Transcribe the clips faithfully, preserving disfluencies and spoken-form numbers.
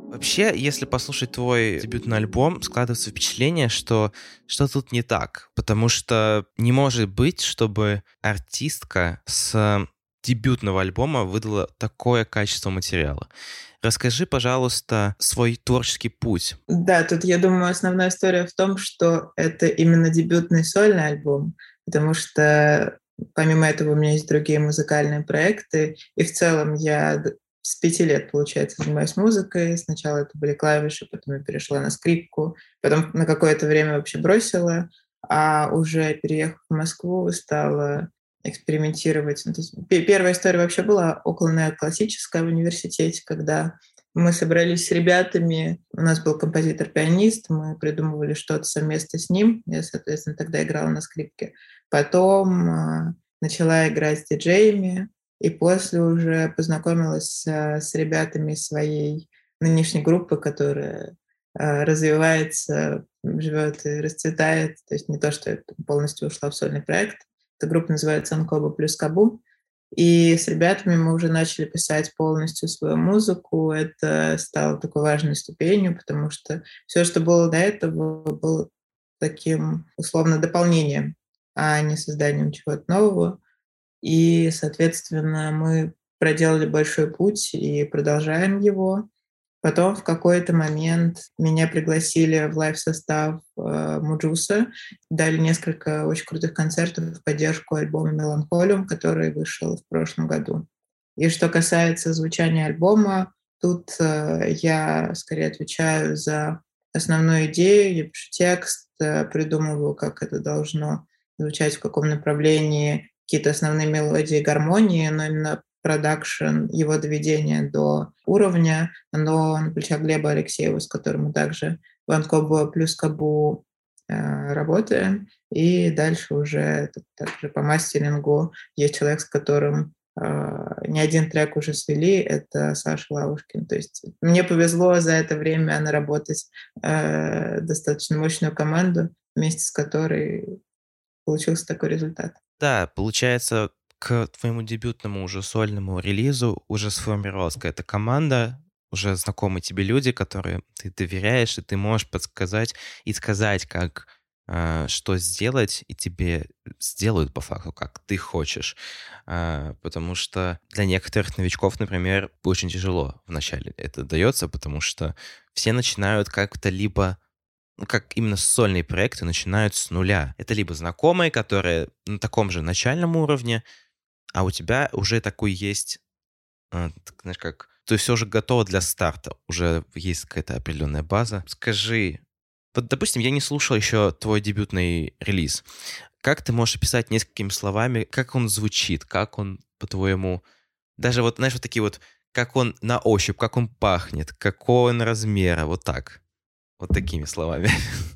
Вообще, если послушать твой дебютный альбом, складывается впечатление, что что тут не так. Потому что не может быть, чтобы артистка с дебютного альбома выдала такое качество материала. Расскажи, пожалуйста, свой творческий путь. Да, тут, я думаю, основная история в том, что это именно дебютный сольный альбом, потому что помимо этого у меня есть другие музыкальные проекты, и в целом я д- с пяти лет, получается, занимаюсь музыкой. Сначала это были клавиши, потом я перешла на скрипку, потом на какое-то время вообще бросила, а уже переехав в Москву, стала экспериментировать. Ну, то есть пе- первая история вообще была около неоклассическая в университете, когда мы собрались с ребятами, у нас был композитор-пианист, мы придумывали что-то совместно с ним, я, соответственно, тогда играла на скрипке. Потом а, начала играть с диджеями, и после уже познакомилась а, с ребятами своей нынешней группы, которая а, развивается, живет и расцветает. То есть не то, что я полностью ушла в сольный проект. Эта группа называется «Анкоба плюс Кабу». И с ребятами мы уже начали писать полностью свою музыку. Это стало такой важной ступенью, потому что все, что было до этого, было таким условно дополнением, а не созданием чего-то нового. И, соответственно, мы проделали большой путь и продолжаем его. Потом в какой-то момент меня пригласили в лайв-состав э, Муджуса, дали несколько очень крутых концертов в поддержку альбома «Меланхолиум», который вышел в прошлом году. И что касается звучания альбома, тут э, я скорее отвечаю за основную идею, я пишу текст, э, придумываю, как это должно звучать, в каком направлении, какие-то основные мелодии, гармонии, но именно продакшн, его доведение до уровня, оно на плечах Глеба Алексеева, с которым мы также в Анкобу плюс Кабу э, работаем. И дальше уже тут также по мастерингу есть человек, с которым э, не один трек уже свели, это Саша Лавушкин. То есть мне повезло за это время наработать э, достаточно мощную команду, вместе с которой получился такой результат. Да, получается, к твоему дебютному уже сольному релизу уже сформировалась какая-то команда, уже знакомые тебе люди, которые ты доверяешь, и ты можешь подсказать и сказать, как, а, что сделать, и тебе сделают по факту, как ты хочешь. А, потому что для некоторых новичков, например, очень тяжело вначале это дается, потому что все начинают как-то либо ну, как именно сольные проекты начинают с нуля. Это либо знакомые, которые на таком же начальном уровне, а у тебя уже такой есть, а, так, знаешь, как... То есть все уже готово для старта, уже есть какая-то определенная база. Скажи, вот, допустим, я не слушал еще твой дебютный релиз. Как ты можешь описать несколькими словами, как он звучит, как он, по-твоему, даже вот, знаешь, вот такие вот, как он на ощупь, как он пахнет, какого он размера, вот так, вот такими словами.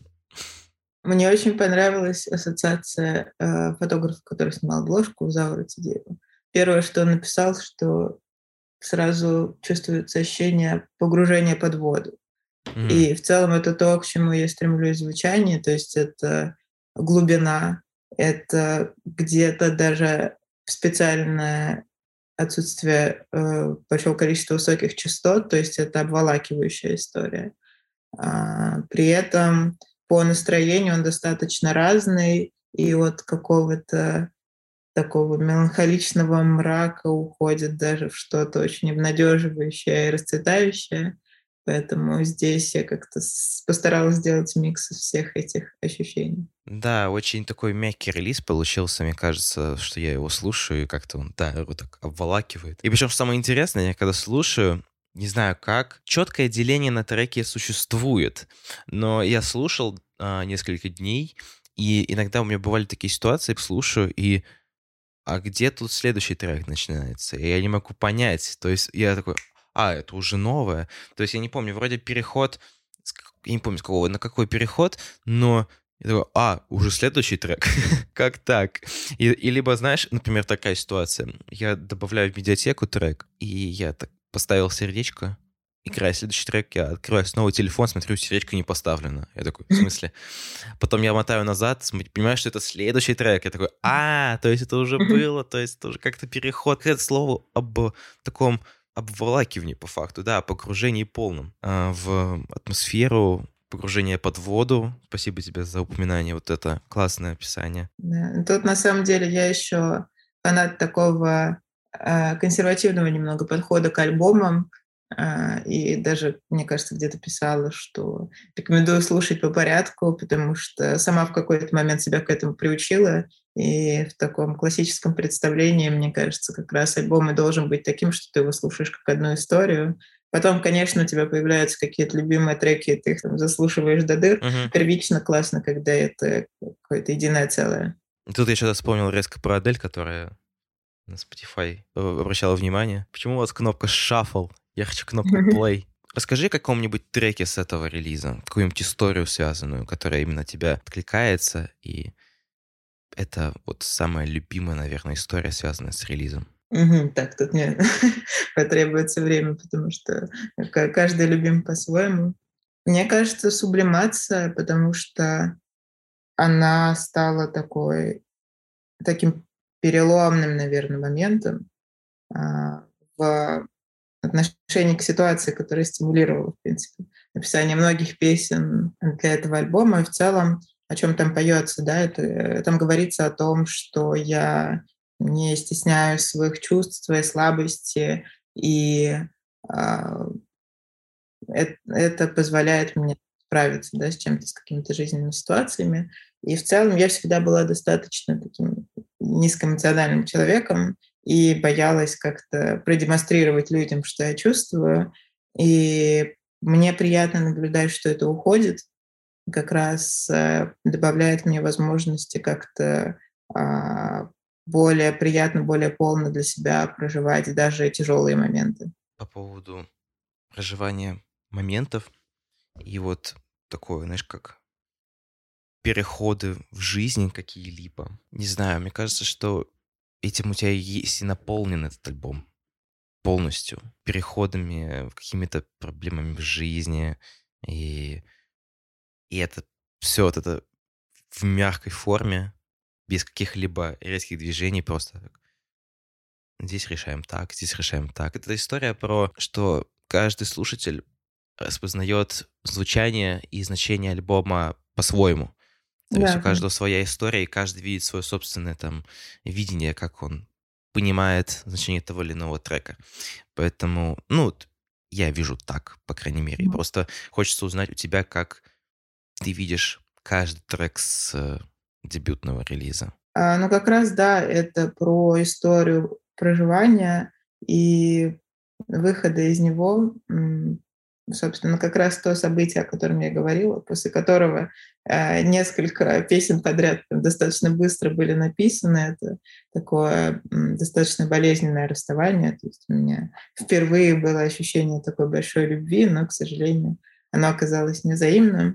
Мне очень понравилась ассоциация э, фотографа, который снимал обложку, Заура Цидеева. Первое, что он написал, что сразу чувствуется ощущение погружения под воду. Мгм. И в целом это то, к чему я стремлюсь в звучании, то есть это глубина, это где-то даже специальное отсутствие э, большого количества высоких частот, то есть это обволакивающая история. А, при этом по настроению он достаточно разный, и от какого-то такого меланхоличного мрака уходит даже в что-то очень обнадеживающее и расцветающее. Поэтому здесь я как-то с постаралась сделать микс из всех этих ощущений. Да, очень такой мягкий релиз получился. Мне кажется, что я его слушаю, и как-то он, да, его так обволакивает. И причем, что самое интересное, я когда слушаю, не знаю как, четкое деление на треке существует. Но я слушал а, несколько дней, и иногда у меня бывали такие ситуации, слушаю, и а где тут следующий трек начинается? И я не могу понять. То есть я такой, а, это уже новое. То есть я не помню, вроде переход, с как- я не помню с какого, на какой переход, но я такой, а, уже следующий трек. Как так? И, и либо, знаешь, например, такая ситуация. Я добавляю в медиатеку трек, и я так поставил сердечко, играю следующий трек, я открываю снова телефон, смотрю, сердечко не поставлено. Я такой, в смысле? Потом я мотаю назад, см- понимаю, что это следующий трек. Я такой, а, то есть это уже было, то есть это уже как-то переход. Это слово об таком обволакивании по факту, да, погружении полном а, в атмосферу, погружение под воду. Спасибо тебе за упоминание, вот это классное описание. Да. Тут на самом деле я еще фанат такого, а, консервативного немного подхода к альбомам. А, и даже, мне кажется, где-то писала, что рекомендую слушать по порядку, потому что сама в какой-то момент себя к этому приучила. И в таком классическом представлении, мне кажется, как раз альбом и должен быть таким, что ты его слушаешь как одну историю. Потом, конечно, у тебя появляются какие-то любимые треки, и ты их там заслушиваешь до дыр. Мгм. Первично классно, когда это какое-то единое целое. И Тут я сейчас вспомнил резко про Адель, которая на Spotify э, обращала внимание. Почему у вас кнопка Shuffle? Я хочу кнопку Play. Расскажи о каком-нибудь треке с этого релиза, какую-нибудь историю связанную, которая именно тебя откликается, и это вот самая любимая, наверное, история, связанная с релизом. Мгм. Так, тут мне потребуется время, потому что ка каждый любим по-своему. Мне кажется, "Сублимация", потому что она стала такой таким переломным, наверно, моментом, а, в отношении к ситуации, которая стимулировала, в принципе, написание многих песен для этого альбома. И в целом, о чем там поется, да, это, э, там говорится о том, что я не стесняюсь своих чувств, своей слабости, и, а, эт это позволяет мне справиться, да, с чем-то, с какими-то жизненными ситуациями. И в целом я всегда была достаточно таким низкоэмоциональным человеком и боялась как-то продемонстрировать людям, что я чувствую. И мне приятно наблюдать, что это уходит. Как раз, э, добавляет мне возможности как-то, а, более приятно, более полно для себя проживать даже тяжелые моменты. По поводу проживания моментов и вот такое, знаешь, как переходы в жизни какие-либо. Не знаю, мне кажется, что этим у тебя есть и наполнен этот альбом полностью. Переходами, какими-то проблемами в жизни. И, и это все вот это в мягкой форме, без каких-либо резких движений, просто так. Здесь решаем так, здесь решаем так. Это история про, что каждый слушатель распознает звучание и значение альбома по-своему. То есть у Да, да. каждого своя история, и каждый видит свое собственное там видение, как он понимает значение того или иного трека. Поэтому, ну, вот я вижу так, по крайней мере. И Мгм. просто хочется узнать у тебя, как ты видишь каждый трек с э, дебютного релиза. А, ну, как раз, да, это про историю проживания и выхода из него. М, собственно, как раз то событие, о котором я говорила, после которого, э, несколько песен подряд прям достаточно быстро были написаны. Это такое, м, достаточно болезненное расставание. То есть у меня впервые было ощущение такой большой любви, но, к сожалению, оно оказалось невзаимным.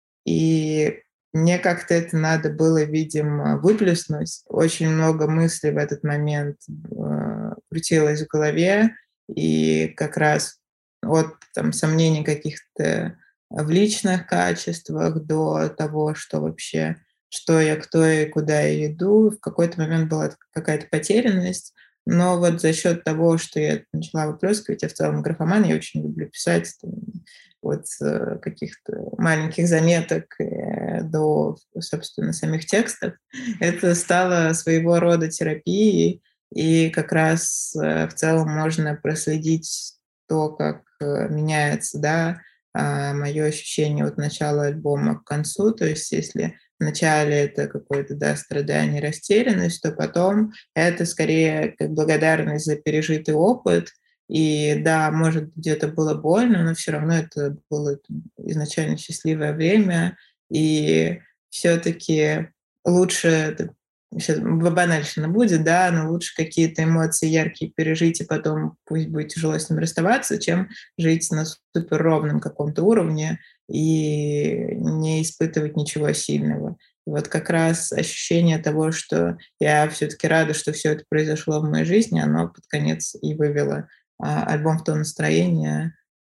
И мне как-то это надо было, видимо, выплеснуть. Очень много мыслей в этот момент, э, крутилось в голове. И как раз от там сомнений каких-то в личных качествах до того, что вообще, что я, кто я и куда я иду. В какой-то момент была какая-то потерянность. Но вот за счет того, что я это начала выплескивать, я в целом графоман, я очень люблю писать, там, от э, каких-то маленьких заметок э, до, собственно, самих текстов. Это стало своего рода терапией, и как раз э, в целом можно проследить то, как э, меняется, да, мое ощущение от начала альбома к концу. То есть если в начале это какое-то, да, страдание, растерянность, то потом это скорее как благодарность за пережитый опыт. И да, может, где-то было больно, но все равно это было там изначально счастливое время. И все таки лучше, сейчас банальщина будет, да, но лучше какие-то эмоции яркие пережить, и потом пусть будет тяжело с ним расставаться, чем жить на супер ровном каком-то уровне и не испытывать ничего сильного. И вот как раз ощущение того, что я все таки рада, что все это произошло в моей жизни, оно под конец и вывело а, альбом в то настроение,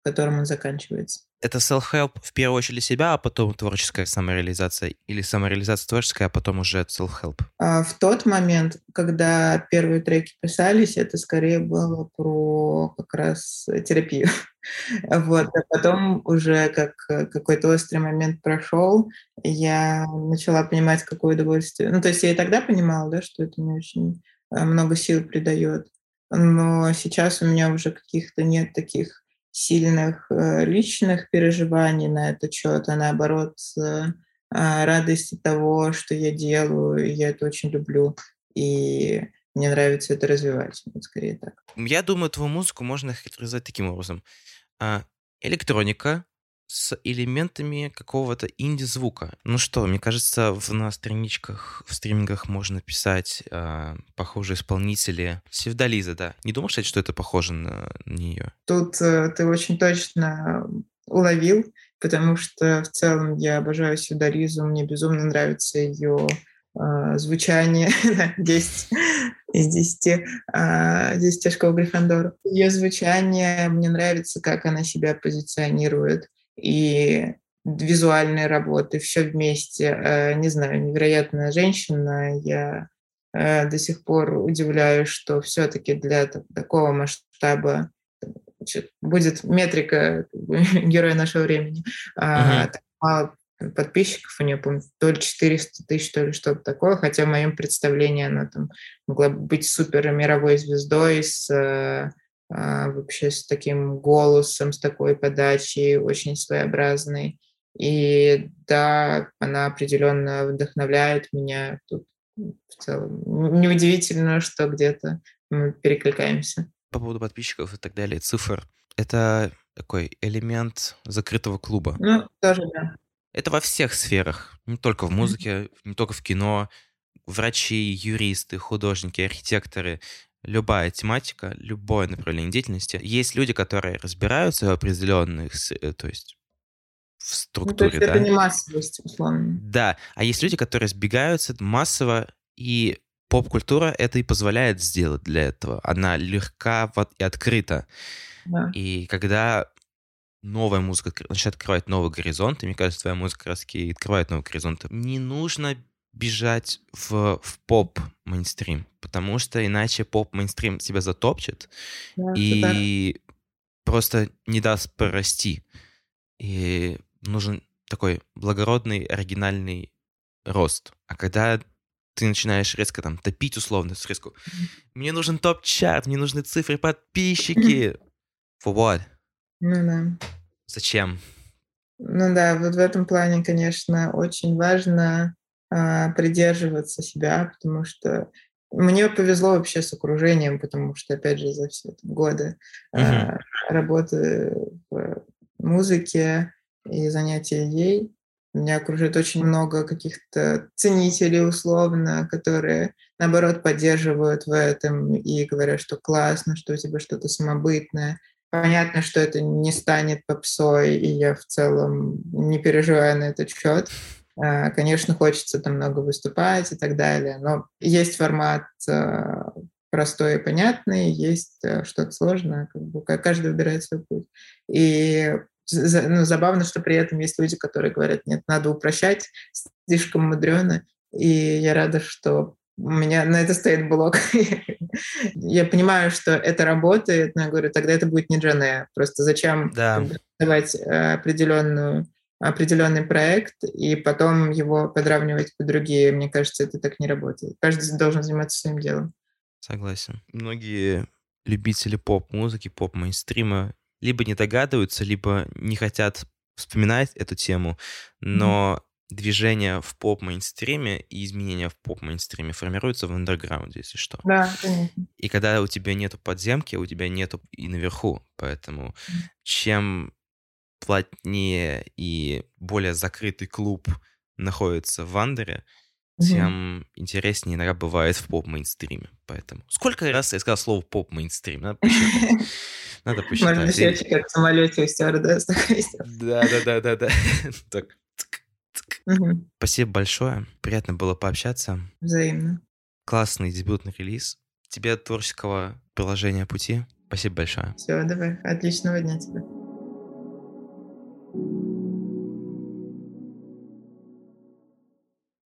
которым он заканчивается. Это self-help в первую очередь для себя, а потом творческая самореализация? Или самореализация творческая, а потом уже self-help? А в тот момент, когда первые треки писались, это скорее было про как раз терапию. Вот. А потом уже как какой-то острый момент прошел, я начала понимать, какое удовольствие. Ну, то есть я и тогда понимала, да, что это мне очень э, много сил придает. Но сейчас у меня уже каких-то нет таких сильных э, личных переживаний на этот счет, а наоборот э, а, радость от того, что я делаю, и я это очень люблю, и мне нравится это развивать. Вот скорее так. Я думаю, твою музыку можно характеризовать таким образом. А, электроника с элементами какого-то инди-звука. Ну что, мне кажется, в, на страничках, в стримингах можно писать а, похожие исполнители. Севдализа, да. Не думал, кстати, что это похоже на нее? Тут э, ты очень точно уловил, потому что в целом я обожаю Сюдаризу, мне безумно нравится ее э, звучание. десять из десяти. а, десять очков Гриффиндору. Ее звучание, мне нравится, как она себя позиционирует. И визуальные работы, все вместе. Э, Не знаю, невероятная женщина. Я э, до сих пор удивляюсь, что все-таки для та- такого масштаба значит, будет метрика как бы, героя нашего времени. А, Мгм. так мало подписчиков у нее, помню, то ли четыреста тысяч, то ли что-то такое, хотя в моем представлении она там могла бы быть супер мировой звездой с э, а, вообще с таким голосом, с такой подачей, очень своеобразной. И да, она определенно вдохновляет меня тут в целом. Неудивительно, что где-то мы перекликаемся. По поводу подписчиков и так далее, цифр. Это такой элемент закрытого клуба. Ну, тоже да. Это во всех сферах, не только в музыке, не только в кино. Врачи, юристы, художники, архитекторы, любая тематика, любое направление деятельности. Есть люди, которые разбираются в определенных, с- э, то есть в Ну, то есть структуре, это да. не массовость, условно. Да, а есть люди, которые избегаются массово, и поп-культура это и позволяет сделать для этого. Она легка вот и открыта. Да. И когда новая музыка откры- начинает открывать новые горизонты. Мне кажется, твоя музыка как раз таки открывает новые горизонты. Не нужно бежать в, в поп-мейнстрим, потому что иначе поп-мейнстрим тебя затопчет Да, всё так. и просто не даст прорасти. И нужен такой благородный, оригинальный рост. А когда ты начинаешь резко там топить условно, с резко «Мне нужен топ-чарт, мне нужны цифры, подписчики». For what? Ну да. Зачем? Ну да, вот в этом плане, конечно, очень важно, а, придерживаться себя, потому что мне повезло вообще с окружением, потому что, опять же, за все эти годы, Мгм. а, работы в музыке и занятия ей меня окружает очень много каких-то ценителей условно, которые, наоборот, поддерживают в этом и говорят, что классно, что у тебя что-то самобытное. Понятно, что это не станет попсой, и я в целом не переживаю на этот счет. А, Конечно, хочется там много выступать и так далее, но есть формат а, простой и понятный, есть а, что-то сложное, как бы ка- каждый выбирает свой путь. И за- ну, забавно, что при этом есть люди, которые говорят, нет, надо упрощать, слишком мудрено, и я рада, что у меня на это стоит блок. Я понимаю, что это работает, но я говорю, тогда это будет не Джене. Просто зачем как Да. бы, давать э, определенную, определенный проект и потом его подравнивать под другие. Мне кажется, это так не работает. Каждый должен заниматься своим делом. Согласен. Многие любители поп-музыки, поп-мейнстрима либо не догадываются, либо не хотят вспоминать эту тему, Мгм. но движение в поп-мейнстриме и изменения в поп-мейнстриме формируются в андерграунде, если что. Да, конечно. И когда у тебя нету подземки, у тебя нету и наверху. Поэтому чем плотнее и более закрытый клуб находится в андере, Мгм. тем интереснее иногда бывает в поп-мейнстриме. Поэтому сколько раз я сказал слово поп-мейнстрим? Надо посчитать. Надо Можно посчитать. И- счетчик, как в самолете у стюардесс такой сделать. Да-да-да-да-да. Так. цк, цк. Мгм. Спасибо большое. Приятно было пообщаться. Взаимно. Классный дебютный релиз. Тебе творческого приложения пути. Спасибо большое. Все, давай. Отличного дня тебе.